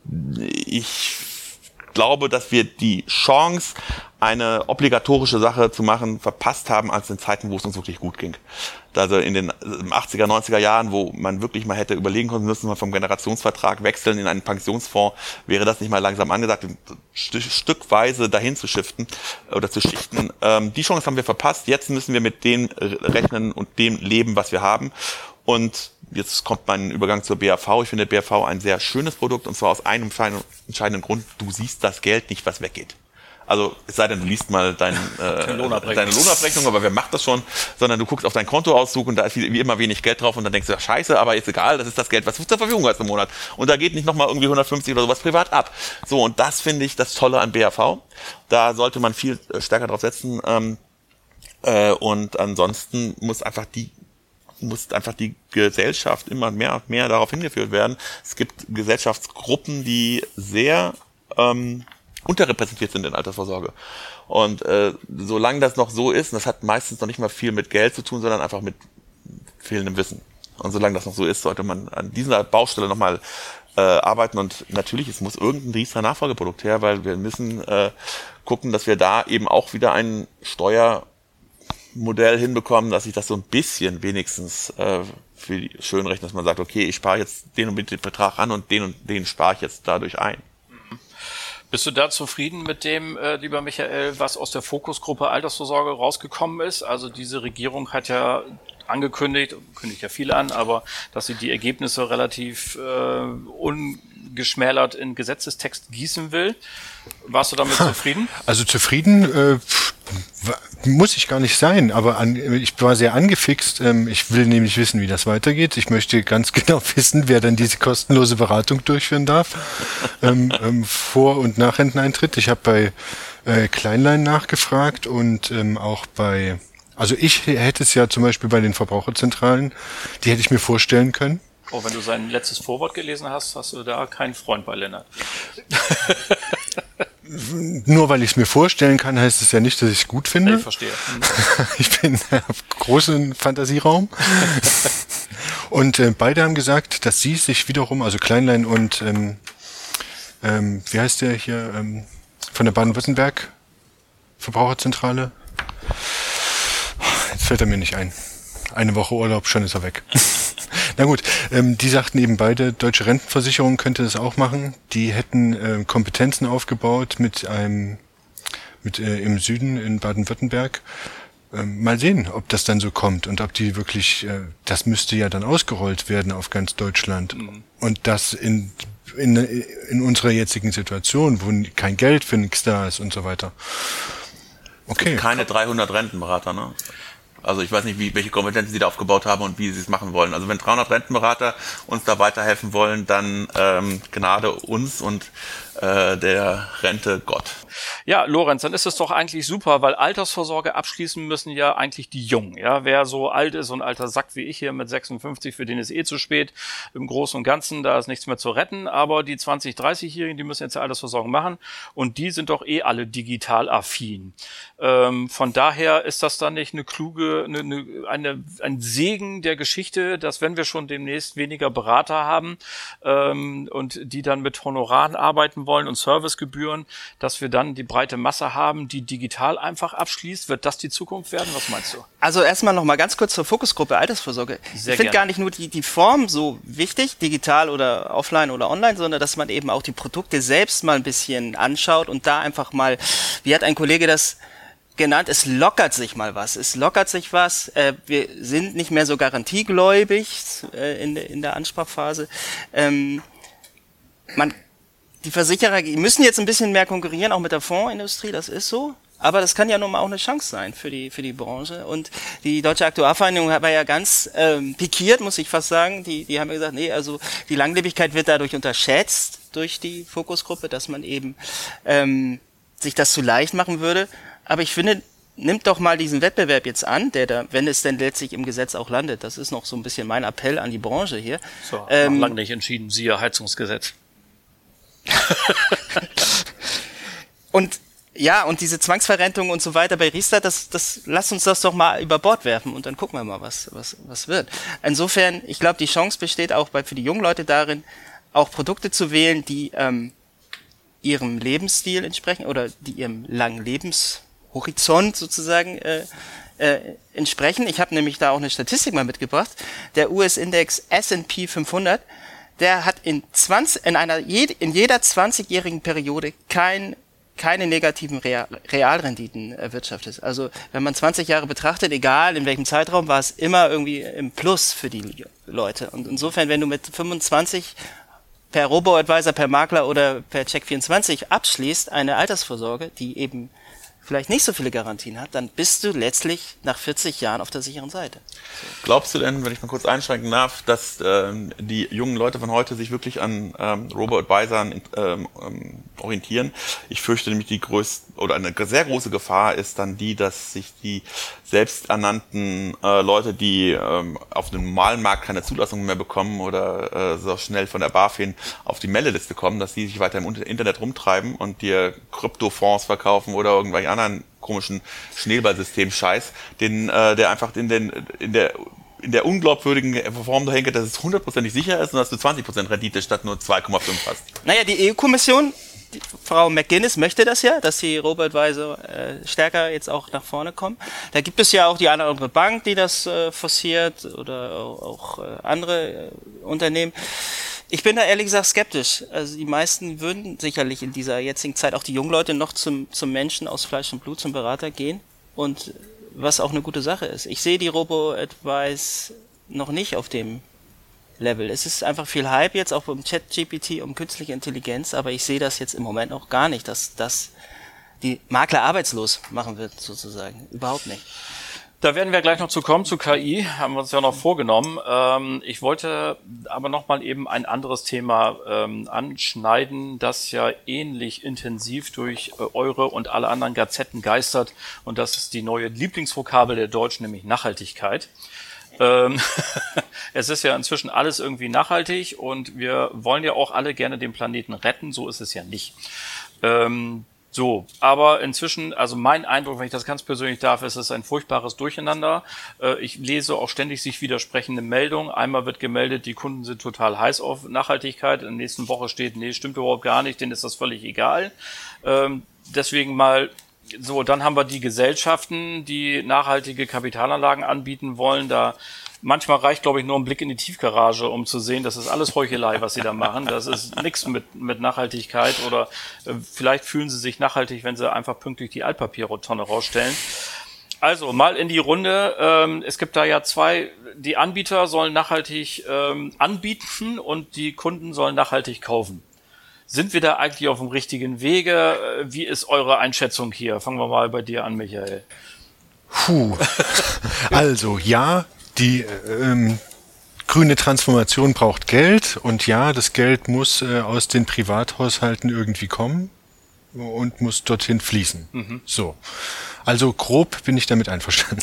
ich glaube, dass wir die Chance, eine obligatorische Sache zu machen, verpasst haben, als in Zeiten, wo es uns wirklich gut ging. Also in den achtziger, neunziger Jahren, wo man wirklich mal hätte überlegen können, müssen wir vom Generationsvertrag wechseln in einen Pensionsfonds, wäre das nicht mal langsam angesagt, st- stückweise dahin zu shiften oder zu schichten. Ähm, die Chance haben wir verpasst. Jetzt müssen wir mit dem rechnen und dem leben, was wir haben. Und jetzt kommt mein Übergang zur B A V. Ich finde B A V ein sehr schönes Produkt und zwar aus einem entscheidenden Grund. Du siehst das Geld nicht, was weggeht. Also es sei denn, du liest mal dein, äh, Lohnabrechnung. deine Lohnabrechnung, aber wer macht das schon? Sondern du guckst auf deinen Kontoauszug und da ist wie, wie immer wenig Geld drauf und dann denkst du, ja, scheiße, aber ist egal, das ist das Geld, was du zur Verfügung hast im Monat. Und da geht nicht nochmal irgendwie hundertfünfzig oder sowas privat ab. So, und das finde ich das Tolle an B A V. Da sollte man viel stärker drauf setzen. Ähm, äh, und ansonsten muss einfach die muss einfach die Gesellschaft immer mehr und mehr darauf hingeführt werden. Es gibt Gesellschaftsgruppen, die sehr ähm, unterrepräsentiert sind in Altersvorsorge. Und äh, solange das noch so ist, und das hat meistens noch nicht mal viel mit Geld zu tun, sondern einfach mit fehlendem Wissen. Und solange das noch so ist, sollte man an dieser Baustelle nochmal äh, arbeiten. Und natürlich, es muss irgendein riesiger Nachfolgeprodukt her, weil wir müssen äh, gucken, dass wir da eben auch wieder ein Steuermodell hinbekommen, dass sich das so ein bisschen wenigstens äh, für die schön rechnet, dass man sagt, okay, ich spare jetzt den und den Betrag an und den und den spare ich jetzt dadurch ein. Bist du da zufrieden mit dem, äh, lieber Michael, was aus der Fokusgruppe Altersvorsorge rausgekommen ist? Also diese Regierung hat ja angekündigt, kündigt ja viel an, aber dass sie die Ergebnisse relativ äh, ungeschmälert in Gesetzestext gießen will. Warst du damit zufrieden? Also zufrieden äh, muss ich gar nicht sein, aber an, ich war sehr angefixt. Ähm, ich will nämlich wissen, wie das weitergeht. Ich möchte ganz genau wissen, wer dann diese kostenlose Beratung durchführen darf, ähm, ähm, vor- und nach Renteneintritt. Ich habe bei äh, Kleinlein nachgefragt und ähm, auch bei, also ich hätte es ja zum Beispiel bei den Verbraucherzentralen, die hätte ich mir vorstellen können. Oh, wenn du sein letztes Vorwort gelesen hast, hast du da keinen Freund bei Lennart. Nur weil ich es mir vorstellen kann, heißt es ja nicht, dass ich es gut finde. Ich verstehe. Mhm. Ich bin auf großen Fantasieraum. Und äh, beide haben gesagt, dass sie sich wiederum, also Kleinlein und, ähm, ähm, wie heißt der hier, ähm, von der Baden-Württemberg Verbraucherzentrale? Jetzt fällt er mir nicht ein. Eine Woche Urlaub, schon ist er weg. Na gut, ähm, die sagten eben beide, Deutsche Rentenversicherung könnte das auch machen. Die hätten äh, Kompetenzen aufgebaut mit einem, mit äh, im Süden in Baden-Württemberg. Ähm, mal sehen, ob das dann so kommt und ob die wirklich, äh, das müsste ja dann ausgerollt werden auf ganz Deutschland. Mhm. Und das in, in, in unserer jetzigen Situation, wo kein Geld für nichts da ist und so weiter. Okay. Keine dreihundert Rentenberater, ne? Also ich weiß nicht, wie, welche Kompetenzen sie da aufgebaut haben und wie sie es machen wollen. Also wenn dreihundert Rentenberater uns da weiterhelfen wollen, dann ähm, Gnade uns und äh, der Rente Gott. Ja, Lorenz, dann ist es doch eigentlich super, weil Altersvorsorge abschließen müssen ja eigentlich die Jungen. Ja, wer so alt ist, so ein alter Sack wie ich hier mit sechsundfünfzig, für den ist eh zu spät. Im Großen und Ganzen, da ist nichts mehr zu retten. Aber die zwanzig-, dreißigjährigen, die müssen jetzt ja Altersvorsorge machen. Und die sind doch eh alle digital affin. Ähm, von daher ist das dann nicht eine kluge, eine, eine, eine, ein Segen der Geschichte, dass wenn wir schon demnächst weniger Berater haben ähm, und die dann mit Honoraren arbeiten wollen und Servicegebühren, dass wir dann die breite Masse haben, die digital einfach abschließt. Wird das die Zukunft werden? Was meinst du? Also erstmal noch mal ganz kurz zur Fokusgruppe Altersvorsorge. Sehr ich finde gar nicht nur die, die Form so wichtig, digital oder offline oder online, sondern dass man eben auch die Produkte selbst mal ein bisschen anschaut und da einfach mal, wie hat ein Kollege das genannt, es lockert sich mal was. Es lockert sich was. Äh, wir sind nicht mehr so garantiegläubig äh, in, in der Ansprachphase. Ähm, man Die Versicherer müssen jetzt ein bisschen mehr konkurrieren, auch mit der Fondsindustrie, das ist so. Aber das kann ja nun mal auch eine Chance sein für die für die Branche. Und die Deutsche Aktuarvereinigung war ja ganz ähm, pikiert, muss ich fast sagen. Die die haben ja gesagt, nee, also die Langlebigkeit wird dadurch unterschätzt durch die Fokusgruppe, dass man eben ähm, sich das zu leicht machen würde. Aber ich finde, nimmt doch mal diesen Wettbewerb jetzt an, der da, wenn es denn letztlich im Gesetz auch landet. Das ist noch so ein bisschen mein Appell an die Branche hier. So, ähm, noch lange nicht entschieden, siehe Heizungsgesetz. Und ja, und diese Zwangsverrentung und so weiter bei Riester, das, das, lasst uns das doch mal über Bord werfen und dann gucken wir mal, was, was, was wird. Insofern, ich glaube, die Chance besteht auch bei, für die jungen Leute darin, auch Produkte zu wählen, die ähm, ihrem Lebensstil entsprechen oder die ihrem langen Lebenshorizont sozusagen äh, äh, entsprechen. Ich habe nämlich da auch eine Statistik mal mitgebracht. Der U S-Index S and P fünfhundert, der hat in zwanzig, in einer in jeder zwanzigjährigen Periode kein, keine negativen Real, Realrenditen erwirtschaftet. Also wenn man zwanzig Jahre betrachtet, egal in welchem Zeitraum, war es immer irgendwie im Plus für die Leute. Und insofern, wenn du mit fünfundzwanzig per Robo-Advisor, per Makler oder per Check vierundzwanzig abschließt, eine Altersvorsorge, die eben vielleicht nicht so viele Garantien hat, dann bist du letztlich nach vierzig Jahren auf der sicheren Seite. So. Glaubst du denn, wenn ich mal kurz einschränken darf, dass ähm, die jungen Leute von heute sich wirklich an ähm, Robo-Advisern ähm, ähm, orientieren? Ich fürchte nämlich, die größte oder eine sehr große Gefahr ist dann die, dass sich die selbsternannten äh, Leute, die ähm, auf dem normalen Markt keine Zulassung mehr bekommen oder äh, so schnell von der BaFin auf die Meldeliste kommen, dass die sich weiter im Internet rumtreiben und dir Kryptofonds verkaufen oder irgendwelche anderen komischen Schneeballsystem-Scheiß, den, äh, der einfach in, den, in der in der unglaubwürdigen Form dahinter, dass es hundertprozentig sicher ist und dass du zwanzig Prozent Rendite statt nur zwei Komma fünf hast. Naja, die E U-Kommission, die Frau McGuinness möchte das ja, dass die Robo-Advisor äh, stärker jetzt auch nach vorne kommen. Da gibt es ja auch die eine oder andere Bank, die das äh, forciert oder auch, auch äh, andere äh, Unternehmen. Ich bin da ehrlich gesagt skeptisch. Also die meisten würden sicherlich in dieser jetzigen Zeit, auch die jungen Leute, noch zum, zum Menschen aus Fleisch und Blut, zum Berater gehen. Und was auch eine gute Sache ist. Ich sehe die Robo-Advice noch nicht auf dem Level. Es ist einfach viel Hype jetzt, auch um Chat-G P T, um künstliche Intelligenz, aber ich sehe das jetzt im Moment auch gar nicht, dass das die Makler arbeitslos machen wird, sozusagen. Überhaupt nicht. Da werden wir gleich noch zu kommen, zu K I, haben wir uns ja noch vorgenommen. Ähm, ich wollte aber nochmal eben ein anderes Thema ähm, anschneiden, das ja ähnlich intensiv durch äh, eure und alle anderen Gazetten geistert. Und das ist die neue Lieblingsvokabel der Deutschen, nämlich Nachhaltigkeit. Ähm, es ist ja inzwischen alles irgendwie nachhaltig und wir wollen ja auch alle gerne den Planeten retten, so ist es ja nicht. Ähm, So, aber inzwischen, also mein Eindruck, wenn ich das ganz persönlich darf, ist es ein furchtbares Durcheinander. Äh, ich lese auch ständig sich widersprechende Meldungen. Einmal wird gemeldet, die Kunden sind total heiß auf Nachhaltigkeit. In der nächsten Woche steht, nee, stimmt überhaupt gar nicht, denen ist das völlig egal. Ähm, deswegen mal so, dann haben wir die Gesellschaften, die nachhaltige Kapitalanlagen anbieten wollen. Da manchmal reicht, glaube ich, nur ein Blick in die Tiefgarage, um zu sehen, das ist alles Heuchelei, was sie da machen. Das ist nichts mit mit Nachhaltigkeit oder äh, vielleicht fühlen sie sich nachhaltig, wenn sie einfach pünktlich die Altpapiertonne rausstellen. Also mal in die Runde. Ähm, es gibt da ja zwei, die Anbieter sollen nachhaltig ähm, anbieten und die Kunden sollen nachhaltig kaufen. Sind wir da eigentlich auf dem richtigen Wege? Wie ist eure Einschätzung hier? Fangen wir mal bei dir an, Michael. Puh. Also ja, die ähm, grüne Transformation braucht Geld und ja, das Geld muss äh, aus den Privathaushalten irgendwie kommen und muss dorthin fließen. Mhm. So. Also grob bin ich damit einverstanden.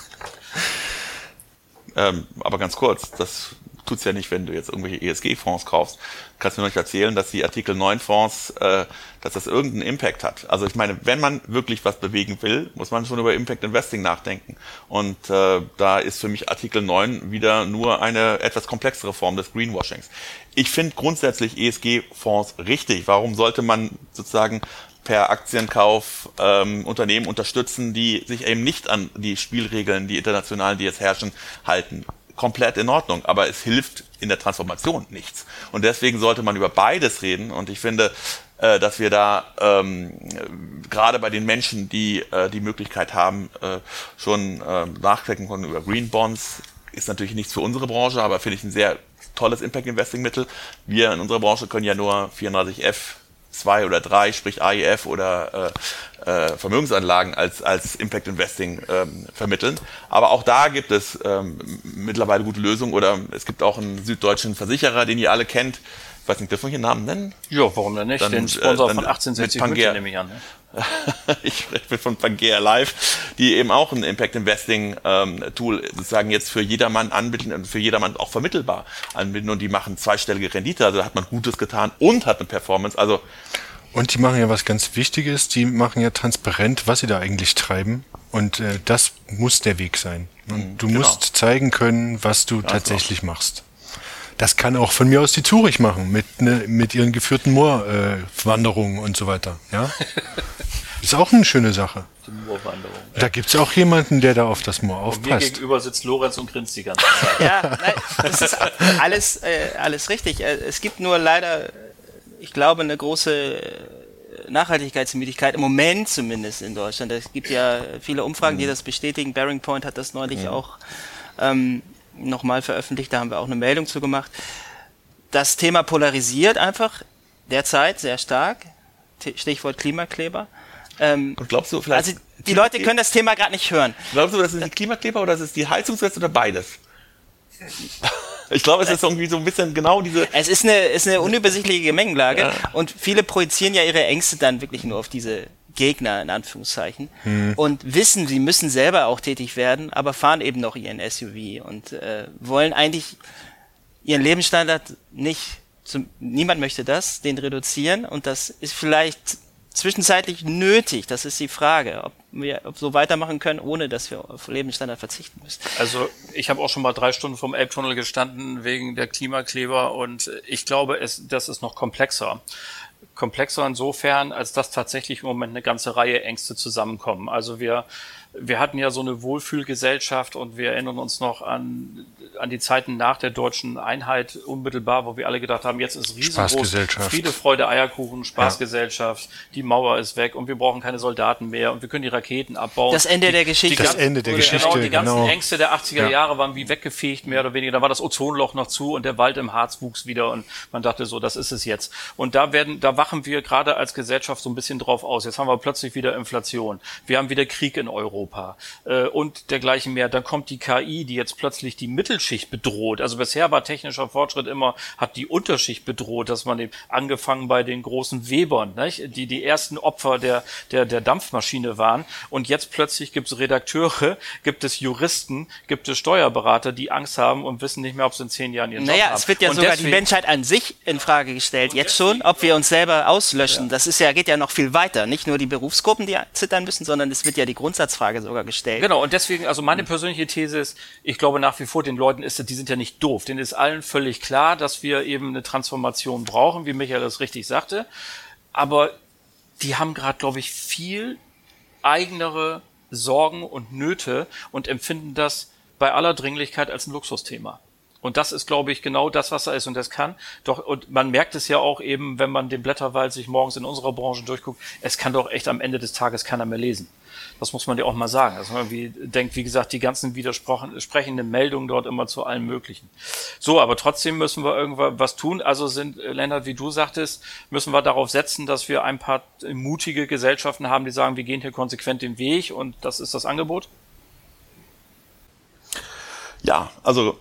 Ähm, aber ganz kurz, das tut's ja nicht, wenn du jetzt irgendwelche E S G-Fonds kaufst. Kannst du mir noch nicht erzählen, dass die Artikel neun Fonds, äh, dass das irgendeinen Impact hat. Also ich meine, wenn man wirklich was bewegen will, muss man schon über Impact Investing nachdenken. Und äh, da ist für mich Artikel neun wieder nur eine etwas komplexere Form des Greenwashings. Ich finde grundsätzlich E S G-Fonds richtig. Warum sollte man sozusagen per Aktienkauf ähm, Unternehmen unterstützen, die sich eben nicht an die Spielregeln, die internationalen, die jetzt herrschen, halten? Komplett in Ordnung, aber es hilft in der Transformation nichts. Und deswegen sollte man über beides reden. Und ich finde, äh, dass wir da ähm, gerade bei den Menschen, die äh, die Möglichkeit haben, äh, schon äh, nachdenken können über Green Bonds, ist natürlich nichts für unsere Branche, aber finde ich ein sehr tolles Impact-Investing-Mittel. Wir in unserer Branche können ja nur vierunddreißig F zwei oder drei, sprich A I F oder äh, äh, Vermögensanlagen als als Impact Investing ähm, vermitteln. Aber auch da gibt es ähm, mittlerweile gute Lösungen oder es gibt auch einen süddeutschen Versicherer, den ihr alle kennt. Ich weiß nicht, dürfen wir hier Namen nennen? Ja, warum denn nicht? Dann, Den Sponsor äh, dann von achtzehnhundertsechzig München nehme ich an. Ne? Ich spreche von Pangea Live, die eben auch ein Impact Investing ähm, Tool sozusagen jetzt für jedermann anbieten und für jedermann auch vermittelbar anbieten und die machen zweistellige Rendite, also da hat man Gutes getan und hat eine Performance, also und die machen ja was ganz Wichtiges, die machen ja transparent, was sie da eigentlich treiben und äh, das muss der Weg sein. Und du genau. musst zeigen können, was du also tatsächlich machst. Das kann auch von mir aus die Zurich machen, mit ne, mit ihren geführten Moorwanderungen äh, und so weiter. Ja, ist auch eine schöne Sache. Die Moorwanderung. Da gibt's auch jemanden, der da auf das Moor aufpasst. Und mir gegenüber sitzt Lorenz und grinst die ganze Zeit. Ja, nein, das ist alles äh, alles richtig. Es gibt nur leider, ich glaube, eine große Nachhaltigkeitsmüdigkeit, im Moment zumindest in Deutschland. Es gibt ja viele Umfragen, die das bestätigen. Bearing Point hat das neulich ja. auch ähm, nochmal veröffentlicht, da haben wir auch eine Meldung zu gemacht. das Thema polarisiert einfach derzeit sehr stark. Stichwort Klimakleber. Ähm, Und glaubst du vielleicht... Also die Leute können das Thema gerade nicht hören. Glaubst du, das ist die Klimakleber oder das ist die Heizungsweste oder beides? Ich glaube, es ist irgendwie so ein bisschen genau diese... Es ist eine, ist eine unübersichtliche Gemengelage Ja. und viele projizieren ja ihre Ängste dann wirklich nur auf diese Gegner, in Anführungszeichen, hm. und wissen, sie müssen selber auch tätig werden, aber fahren eben noch ihren S U V und äh, wollen eigentlich ihren Lebensstandard nicht, zum, niemand möchte das, den reduzieren und das ist vielleicht zwischenzeitlich nötig, das ist die Frage, ob wir ob so weitermachen können, ohne dass wir auf Lebensstandard verzichten müssen. Also ich habe auch schon mal drei Stunden vom Elbtunnel gestanden wegen der Klimakleber und ich glaube, es, das ist noch komplexer. Komplexer insofern, als dass tatsächlich im Moment eine ganze Reihe Ängste zusammenkommen. Also wir wir hatten ja so eine Wohlfühlgesellschaft und wir erinnern uns noch an an die Zeiten nach der deutschen Einheit unmittelbar, wo wir alle gedacht haben, jetzt ist riesengroß Friede, Freude, Eierkuchen, Spaßgesellschaft, ja. Die Mauer ist weg und wir brauchen keine Soldaten mehr und wir können die Raketen abbauen. Das Ende die, der Geschichte. Die das ganzen, Ende der Geschichte, genau. Die ganzen genau. Ängste der achtziger ja. Jahre waren wie weggefegt, mehr oder weniger. Da war das Ozonloch noch zu und der Wald im Harz wuchs wieder und man dachte so, das ist es jetzt. Und da werden, da wachen wir gerade als Gesellschaft so ein bisschen drauf aus. Jetzt haben wir plötzlich wieder Inflation. Wir haben wieder Krieg in Europa. Äh, und dergleichen mehr. Dann kommt die K I, die jetzt plötzlich die Mittelschicht bedroht. Also bisher war technischer Fortschritt immer, hat die Unterschicht bedroht, dass man eben angefangen bei den großen Webern, nicht? die die ersten Opfer der, der, der Dampfmaschine waren. Und jetzt plötzlich gibt es Redakteure, gibt es Juristen, gibt es Steuerberater, die Angst haben und wissen nicht mehr, ob sie in zehn Jahren ihren Job naja, haben. Naja, es wird ja und sogar deswegen, die Menschheit an sich in Frage gestellt. Jetzt schon, ob wir uns selber auslöschen. Ja. Das ist ja, geht ja noch viel weiter. Nicht nur die Berufsgruppen, die zittern müssen, sondern es wird ja die Grundsatzfrage sogar gestellt. Genau, und deswegen, also meine persönliche These ist, ich glaube nach wie vor, den Leuten ist, die sind ja nicht doof. Denen ist allen völlig klar, dass wir eben eine Transformation brauchen, wie Michael das richtig sagte. Aber die haben gerade, glaube ich, viel eigenere Sorgen und Nöte und empfinden das bei aller Dringlichkeit als ein Luxusthema. Und das ist, glaube ich, genau das, was er ist und das kann. Doch, und man merkt es ja auch eben, wenn man den Blätterwald sich morgens in unserer Branche durchguckt, es kann doch echt am Ende des Tages keiner mehr lesen. Das muss man ja auch mal sagen. Dass man irgendwie denkt, wie gesagt, die ganzen widersprechenden Meldungen dort immer zu allen möglichen. So, aber trotzdem müssen wir irgendwas tun. Also sind, Lennart, wie du sagtest, müssen wir darauf setzen, dass wir ein paar mutige Gesellschaften haben, die sagen, wir gehen hier konsequent den Weg und das ist das Angebot? Ja, also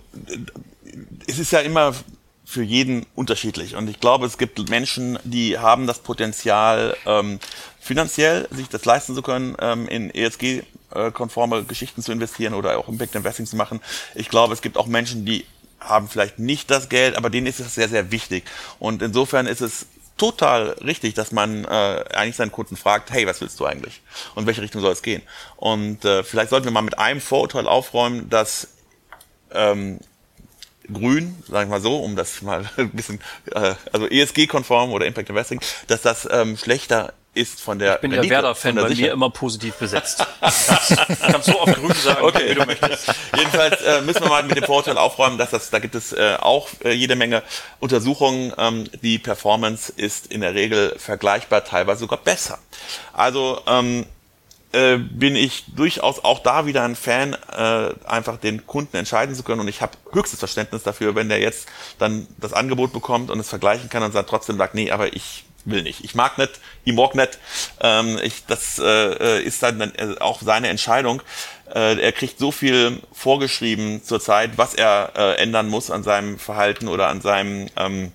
es ist ja immer für jeden unterschiedlich und ich glaube, es gibt Menschen, die haben das Potenzial, ähm, finanziell sich das leisten zu können, ähm, in E S G-konforme Geschichten zu investieren oder auch Impact Investing zu machen. Ich glaube, es gibt auch Menschen, die haben vielleicht nicht das Geld, aber denen ist es sehr, sehr wichtig und insofern ist es total richtig, dass man äh, eigentlich seinen Kunden fragt, hey, was willst du eigentlich? Und in welche Richtung soll es gehen? Und äh, vielleicht sollten wir mal mit einem Vorurteil aufräumen, dass ähm, Grün, sag ich mal so, um das mal ein bisschen, äh, also E S G-konform oder Impact Investing, dass das ähm, schlechter ist von der Ich bin Rendite, ja Werder-Fan, bei mir immer positiv besetzt. kannst, kannst du auf Grün sagen, okay. wie du möchtest. Jedenfalls äh, müssen wir mal mit dem Vorurteil aufräumen, dass das, da gibt es äh, auch äh, jede Menge Untersuchungen. Ähm, die Performance ist in der Regel vergleichbar, teilweise sogar besser. Also ähm, äh, bin ich durchaus auch da wieder ein Fan, äh, einfach den Kunden entscheiden zu können. Und ich habe höchstes Verständnis dafür, wenn der jetzt dann das Angebot bekommt und es vergleichen kann und dann trotzdem sagt, nee, aber ich will nicht. Ich mag nicht, ich mag nicht. Ähm, ich, das äh, ist dann äh, auch seine Entscheidung. Äh, er kriegt so viel vorgeschrieben zurzeit, was er äh, ändern muss an seinem Verhalten oder an seinem ähm,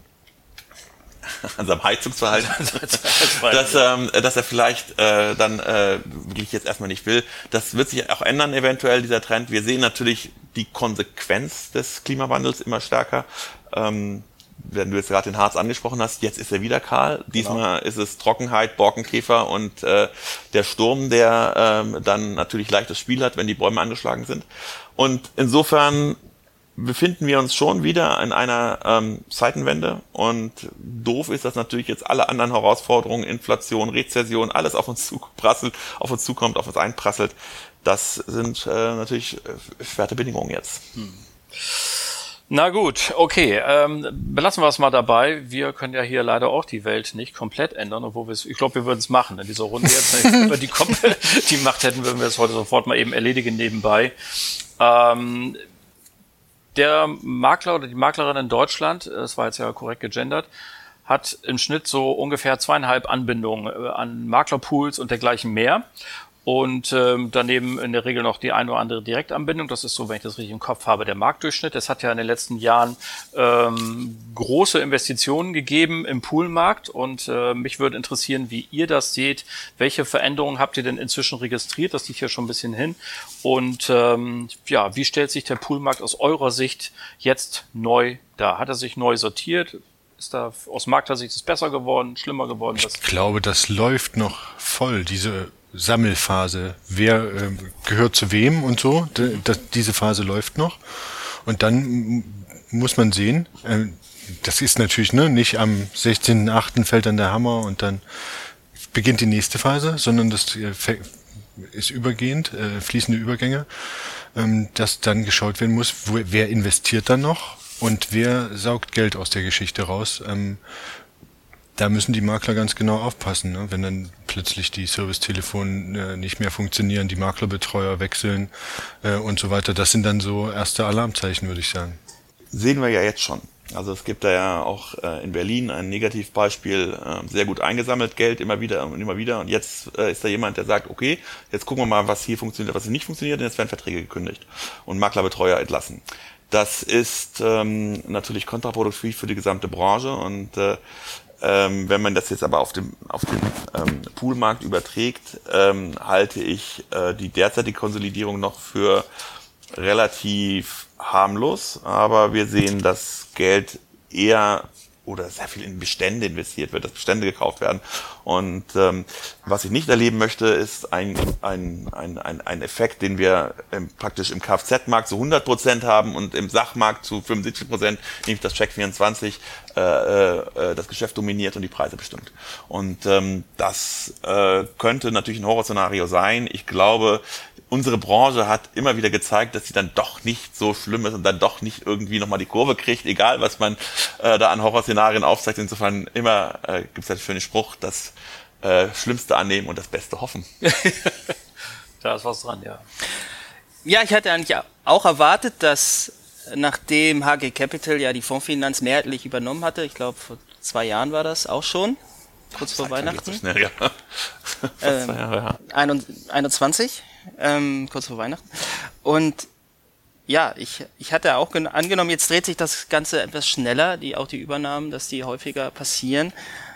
an seinem Heizungsverhalten, dass, ähm, dass er vielleicht äh, dann äh, wirklich jetzt erstmal nicht will. Das wird sich auch ändern eventuell, dieser Trend. Wir sehen natürlich die Konsequenz des Klimawandels immer stärker. Ähm, wenn du jetzt gerade den Harz angesprochen hast, jetzt ist er wieder kahl. Diesmal genau. ist es Trockenheit, Borkenkäfer und äh, der Sturm, der ähm, dann natürlich leichtes Spiel hat, wenn die Bäume angeschlagen sind. Und insofern befinden wir uns schon wieder in einer ähm, Zeitenwende und doof ist, dass natürlich jetzt alle anderen Herausforderungen, Inflation, Rezession, alles auf uns zuprasselt, auf uns zukommt, auf uns einprasselt. Das sind äh, natürlich äh, schwere Bedingungen jetzt. Hm. Na gut, okay, ähm, belassen wir es mal dabei. Wir können ja hier leider auch die Welt nicht komplett ändern, obwohl wir es, ich glaube, wir würden es machen in dieser Runde jetzt. Wenn wir die, die Macht hätten, würden wir es heute sofort mal eben erledigen nebenbei. Ähm, der Makler oder die Maklerin in Deutschland, es war jetzt ja korrekt gegendert, hat im Schnitt so ungefähr zweieinhalb Anbindungen an Maklerpools und dergleichen mehr. Und ähm, daneben in der Regel noch die ein oder andere Direktanbindung. Das ist so, wenn ich das richtig im Kopf habe, der Marktdurchschnitt. Es hat ja in den letzten Jahren ähm, große Investitionen gegeben im Poolmarkt. Und äh, mich würde interessieren, wie ihr das seht. Welche Veränderungen habt ihr denn inzwischen registriert? Das liegt ja schon ein bisschen hin. Und ähm, ja, wie stellt sich der Poolmarkt aus eurer Sicht jetzt neu dar? Hat er sich neu sortiert? Ist da aus Maklersicht ist besser geworden, schlimmer geworden? Ich glaube, das läuft noch voll, diese Sammelphase. Wer äh, gehört zu wem und so, d- d- diese Phase läuft noch. Und dann m- muss man sehen, äh, das ist natürlich ne, nicht am sechzehnten achten fällt dann der Hammer und dann beginnt die nächste Phase, sondern das äh, ist übergehend, äh, fließende Übergänge, ähm, dass dann geschaut werden muss, wo, wer investiert dann noch und wer saugt Geld aus der Geschichte raus. Ähm, Da müssen die Makler ganz genau aufpassen, ne? Wenn dann plötzlich die Servicetelefone äh, nicht mehr funktionieren, die Maklerbetreuer wechseln äh, und so weiter. Das sind dann so erste Alarmzeichen, würde ich sagen. Sehen wir ja jetzt schon. Also es gibt da ja auch äh, in Berlin ein Negativbeispiel, äh, sehr gut eingesammelt Geld immer wieder und immer wieder. Und jetzt äh, ist da jemand, der sagt, okay, jetzt gucken wir mal, was hier funktioniert, was hier nicht funktioniert. Und jetzt werden Verträge gekündigt und Maklerbetreuer entlassen. Das ist ähm, natürlich kontraproduktiv für die gesamte Branche und äh, Ähm, wenn man das jetzt aber auf dem auf den ähm, Poolmarkt überträgt, ähm, halte ich äh, die derzeitige Konsolidierung noch für relativ harmlos. Aber wir sehen, dass Geld eher oder sehr viel in Bestände investiert wird, dass Bestände gekauft werden. Und ähm, was ich nicht erleben möchte, ist ein ein ein ein, ein Effekt, den wir ähm, praktisch im Kfz-Markt zu hundert Prozent haben und im Sachmarkt zu fünfundsiebzig Prozent, nämlich das Check vierundzwanzig äh, äh, das Geschäft dominiert und die Preise bestimmt. Und ähm, das äh, könnte natürlich ein Horrorszenario sein. Ich glaube, unsere Branche hat immer wieder gezeigt, dass sie dann doch nicht so schlimm ist und dann doch nicht irgendwie nochmal die Kurve kriegt, egal was man äh, da an Horrorszenarien aufzeigt. Insofern immer äh, gibt es halt einen schönen Spruch, das äh, Schlimmste annehmen und das Beste hoffen. Da ist was dran, ja. Ja, ich hatte eigentlich auch erwartet, dass nachdem H G Capital ja die Fondsfinanz mehrheitlich übernommen hatte, ich glaube vor zwei Jahren war das auch schon, kurz vor Weihnachten. So schnell, ja. ähm, zwei Jahre, ja. einundzwanzig, ähm, kurz vor Weihnachten. Und ja, ich, ich hatte auch gen- angenommen, jetzt dreht sich das Ganze etwas schneller, die, auch die Übernahmen, dass die häufiger passieren.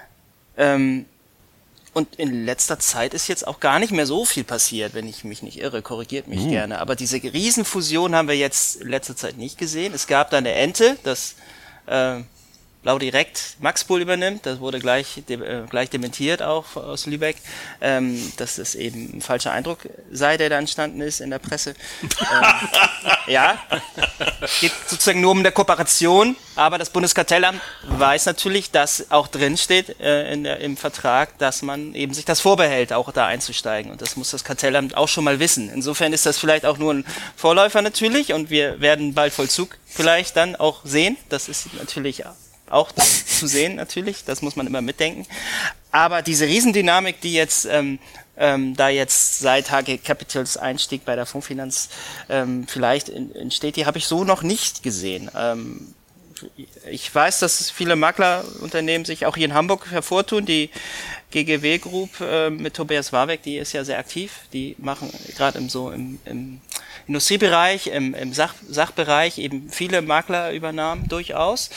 Ähm, und in letzter Zeit ist jetzt auch gar nicht mehr so viel passiert, wenn ich mich nicht irre, korrigiert mich Mhm. gerne. Aber diese Riesenfusion haben wir jetzt in letzter Zeit nicht gesehen. Es gab da eine Ente, das äh, Blau Direkt Maxpool übernimmt, das wurde gleich, de- äh, gleich dementiert auch aus Lübeck, ähm, dass das eben ein falscher Eindruck sei, der da entstanden ist in der Presse. ähm, ja, geht sozusagen nur um der Kooperation, aber das Bundeskartellamt weiß natürlich, dass auch drin steht äh, in der, im Vertrag, dass man eben sich das vorbehält, auch da einzusteigen, und das muss das Kartellamt auch schon mal wissen. Insofern ist das vielleicht auch nur ein Vorläufer natürlich, und wir werden bald Vollzug vielleicht dann auch sehen. Das ist natürlich auch zu sehen natürlich, das muss man immer mitdenken. Aber diese Riesendynamik, die jetzt ähm, ähm, da jetzt seit H G Capitals Einstieg bei der Fondsfinanz ähm, vielleicht in, entsteht, die habe ich so noch nicht gesehen. Ähm, ich weiß, dass viele Maklerunternehmen sich auch hier in Hamburg hervortun. Die G G W Group äh, mit Tobias Warbeck, die ist ja sehr aktiv. Die machen gerade im so im, im Industriebereich, im, im Sach, Sachbereich eben viele Maklerübernahmen durchaus.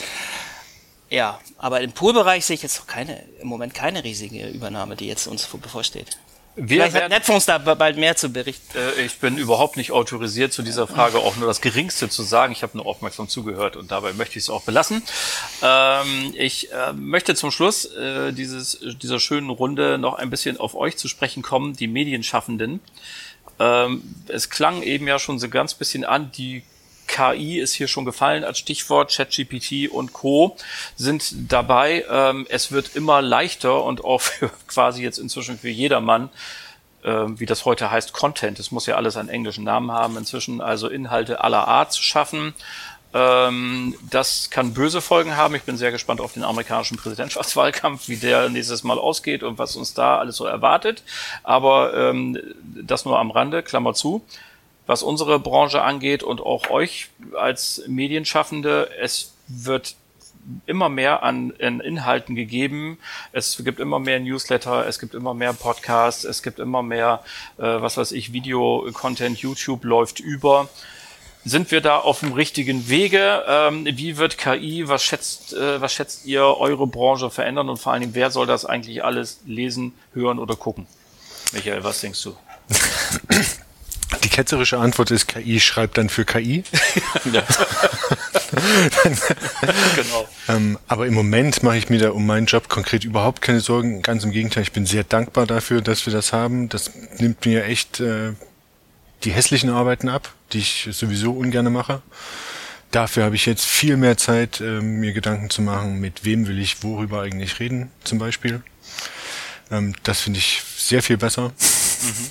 Ja, aber im Poolbereich sehe ich jetzt noch keine, im Moment keine riesige Übernahme, die jetzt uns bevorsteht. Wir Vielleicht hat werden, Netfonds da bald mehr zu berichten. äh, ich bin überhaupt nicht autorisiert, zu dieser Frage auch nur das Geringste zu sagen. Ich habe nur aufmerksam zugehört und dabei möchte ich es auch belassen. Ähm, ich äh, möchte zum Schluss äh, dieses, dieser schönen Runde noch ein bisschen auf euch zu sprechen kommen, die Medienschaffenden. Ähm, es klang eben ja schon so ganz bisschen an, die K I ist hier schon gefallen als Stichwort, ChatGPT und Co. sind dabei. Ähm, es wird immer leichter und auch für quasi jetzt inzwischen für jedermann, äh, wie das heute heißt, Content. Es muss ja alles einen englischen Namen haben inzwischen, also Inhalte aller Art zu schaffen. Ähm, das kann böse Folgen haben. Ich bin sehr gespannt auf den amerikanischen Präsidentschaftswahlkampf, wie der nächstes Mal ausgeht und was uns da alles so erwartet. Aber ähm, das nur am Rande, Klammer zu. was unsere Branche angeht und auch euch als Medienschaffende. Es wird immer mehr an, an Inhalten gegeben. Es gibt immer mehr Newsletter, es gibt immer mehr Podcasts, es gibt immer mehr, äh, was weiß ich, Video-Content, YouTube läuft über. Sind wir da auf dem richtigen Wege? Ähm, wie wird K I, was schätzt, äh, was schätzt ihr, eure Branche verändern und vor allen Dingen, wer soll das eigentlich alles lesen, hören oder gucken? Michael, was denkst du? Die ketzerische Antwort ist, K I schreibt dann für K I. Ja. Genau. ähm, aber im Moment mache ich mir da um meinen Job konkret überhaupt keine Sorgen. Ganz im Gegenteil, ich bin sehr dankbar dafür, dass wir das haben. Das nimmt mir echt äh, die hässlichen Arbeiten ab, die ich sowieso ungern mache. Dafür habe ich jetzt viel mehr Zeit, äh, mir Gedanken zu machen, mit wem will ich worüber eigentlich reden, zum Beispiel. Ähm, das finde ich sehr viel besser. Mhm.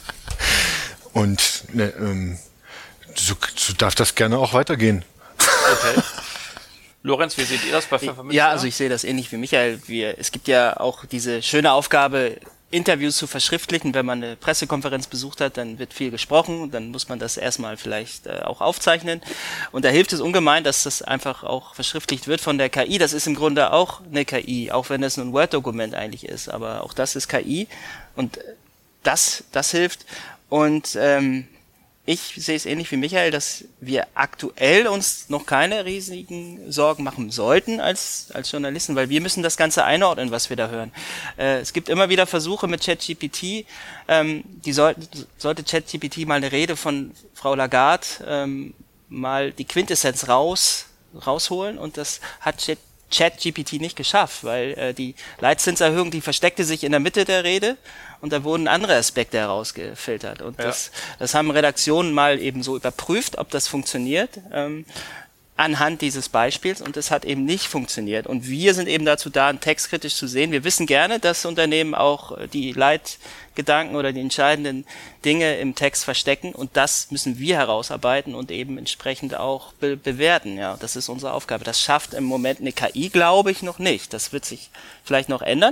Und ne, ähm, so, so darf das gerne auch weitergehen. Okay. Lorenz, wie seht ihr das bei Pfefferminz? Ja, also ich sehe das ähnlich wie Michael. Wir, es gibt ja auch diese schöne Aufgabe, Interviews zu verschriftlichen. Wenn man eine Pressekonferenz besucht hat, dann wird viel gesprochen, dann muss man das erstmal vielleicht äh, auch aufzeichnen. Und da hilft es ungemein, dass das einfach auch verschriftlicht wird von der K I. Das ist im Grunde auch eine K I, auch wenn es nur ein Word-Dokument eigentlich ist. Aber auch das ist K I und das, das hilft. Und ähm, ich sehe es ähnlich wie Michael, dass wir aktuell uns noch keine riesigen Sorgen machen sollten als als Journalisten, weil wir müssen das Ganze einordnen, was wir da hören. Äh, es gibt immer wieder Versuche mit ChatGPT. Ähm, die sollten, sollte ChatGPT mal eine Rede von Frau Lagarde ähm, mal die Quintessenz raus rausholen, und das hat Chat ChatGPT nicht geschafft, weil äh, die Leitzinserhöhung, die versteckte sich in der Mitte der Rede und da wurden andere Aspekte herausgefiltert. Und ja. das, das haben Redaktionen mal eben so überprüft, ob das funktioniert, ähm, anhand dieses Beispiels, und das hat eben nicht funktioniert. Und wir sind eben dazu da, einen Text kritisch zu sehen. Wir wissen gerne, dass Unternehmen auch die Leitgedanken oder die entscheidenden Dinge im Text verstecken, und das müssen wir herausarbeiten und eben entsprechend auch be- bewerten. Ja, das ist unsere Aufgabe. Das schafft im Moment eine K I, glaube ich, noch nicht. Das wird sich vielleicht noch ändern.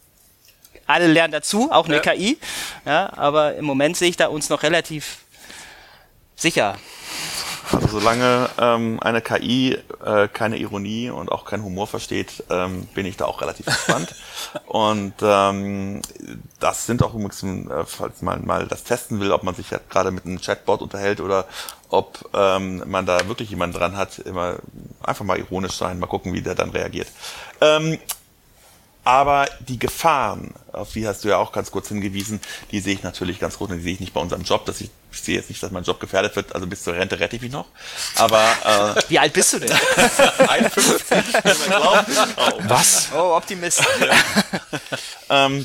Alle lernen dazu, auch eine ja. K I. Ja, aber im Moment sehe ich da uns noch relativ sicher. Also solange ähm, eine K I äh, keine Ironie und auch keinen Humor versteht, ähm, bin ich da auch relativ gespannt. Und ähm, das sind auch übrigens, äh, falls man mal das testen will, ob man sich ja gerade mit einem Chatbot unterhält oder ob ähm, man da wirklich jemanden dran hat, immer einfach mal ironisch sein, mal gucken, wie der dann reagiert. Ähm, Aber die Gefahren, auf die hast du ja auch ganz kurz hingewiesen, die sehe ich natürlich ganz groß, und die sehe ich nicht bei unserem Job. Dass ich, ich sehe jetzt nicht, dass mein Job gefährdet wird, also bis zur Rente rette ich mich noch. Aber äh, wie alt bist du denn? einundfünfzig. Oh. Was? Oh, Optimist. Ja. ähm,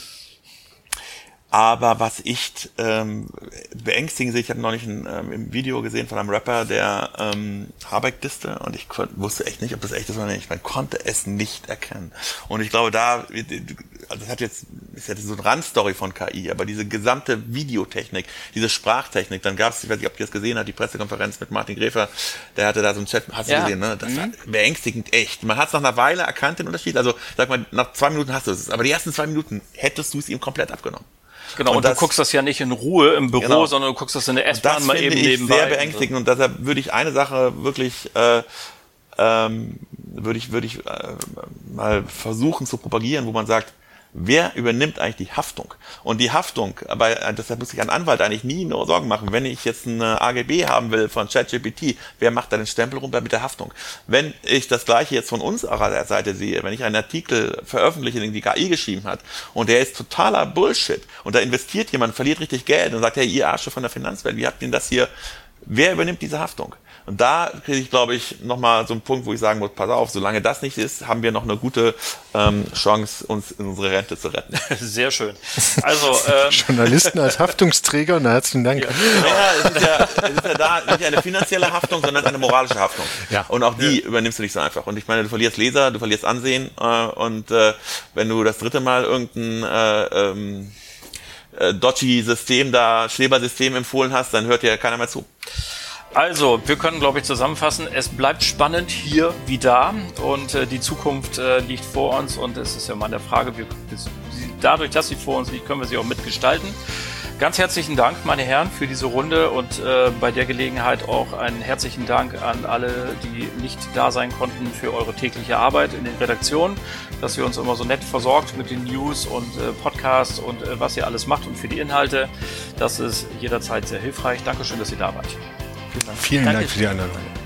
Aber was ich ähm, beängstigend sehe, ich habe neulich ein ähm, im Video gesehen von einem Rapper, der ähm, Habeck disste, und ich kon- wusste echt nicht, ob das echt ist oder nicht. Man konnte es nicht erkennen. Und ich glaube, da, also das hat jetzt, ist jetzt so eine Randstory von K I, aber diese gesamte Videotechnik, diese Sprachtechnik, dann gab es, ich weiß nicht, ob ihr das gesehen habt, die Pressekonferenz mit Martin Gräfer, der hatte da so einen Chat, hast du ja. gesehen, ne? Das mhm. war beängstigend echt. Man hat es nach einer Weile erkannt, den Unterschied. Also sag mal, nach zwei Minuten hast du es, aber die ersten zwei Minuten hättest du es ihm komplett abgenommen. Genau, und, und das, du guckst das ja nicht in Ruhe im Büro, genau. sondern du guckst das in der S-Bahn mal eben nebenbei. Das finde ich sehr beängstigend, und deshalb würde ich eine Sache wirklich, äh, ähm, würde ich, würde ich äh, mal versuchen zu propagieren, wo man sagt, wer übernimmt eigentlich die Haftung? Und die Haftung, aber deshalb muss sich ein Anwalt eigentlich nie nur Sorgen machen. Wenn ich jetzt eine A G B haben will von ChatGPT, wer macht da den Stempel runter mit der Haftung? Wenn ich das Gleiche jetzt von unserer Seite sehe, wenn ich einen Artikel veröffentliche, den die K I geschrieben hat, und der ist totaler Bullshit, und da investiert jemand, verliert richtig Geld und sagt, hey, ihr Arsche von der Finanzwelt, wie habt ihr denn das hier? Wer übernimmt diese Haftung? Und da kriege ich, glaube ich, nochmal so einen Punkt, wo ich sagen muss, pass auf, solange das nicht ist, haben wir noch eine gute ähm, Chance, uns in unsere Rente zu retten. Sehr schön. Also ähm, Journalisten als Haftungsträger, na, herzlichen Dank. Ja, ja, es ist ja, es ist ja da nicht eine finanzielle Haftung, sondern eine moralische Haftung. Ja. Und auch die ja. übernimmst du nicht so einfach. Und ich meine, du verlierst Leser, du verlierst Ansehen, äh, und äh, wenn du das dritte Mal irgendein äh, ähm, äh, Dodgy-System da, Schlebersystem empfohlen hast, dann hört dir keiner mehr zu. Also, wir können, glaube ich, zusammenfassen, es bleibt spannend hier wie da, und äh, die Zukunft äh, liegt vor uns, und es ist ja mal eine Frage, wir, das, dadurch, dass sie vor uns liegt, können wir sie auch mitgestalten. Ganz herzlichen Dank, meine Herren, für diese Runde und äh, bei der Gelegenheit auch einen herzlichen Dank an alle, die nicht da sein konnten für eure tägliche Arbeit in den Redaktionen, dass ihr uns immer so nett versorgt mit den News und äh, Podcasts und äh, was ihr alles macht und für die Inhalte. Das ist jederzeit sehr hilfreich. Dankeschön, dass ihr da wart. Vielen Dank, Vielen Dank für die Einladung.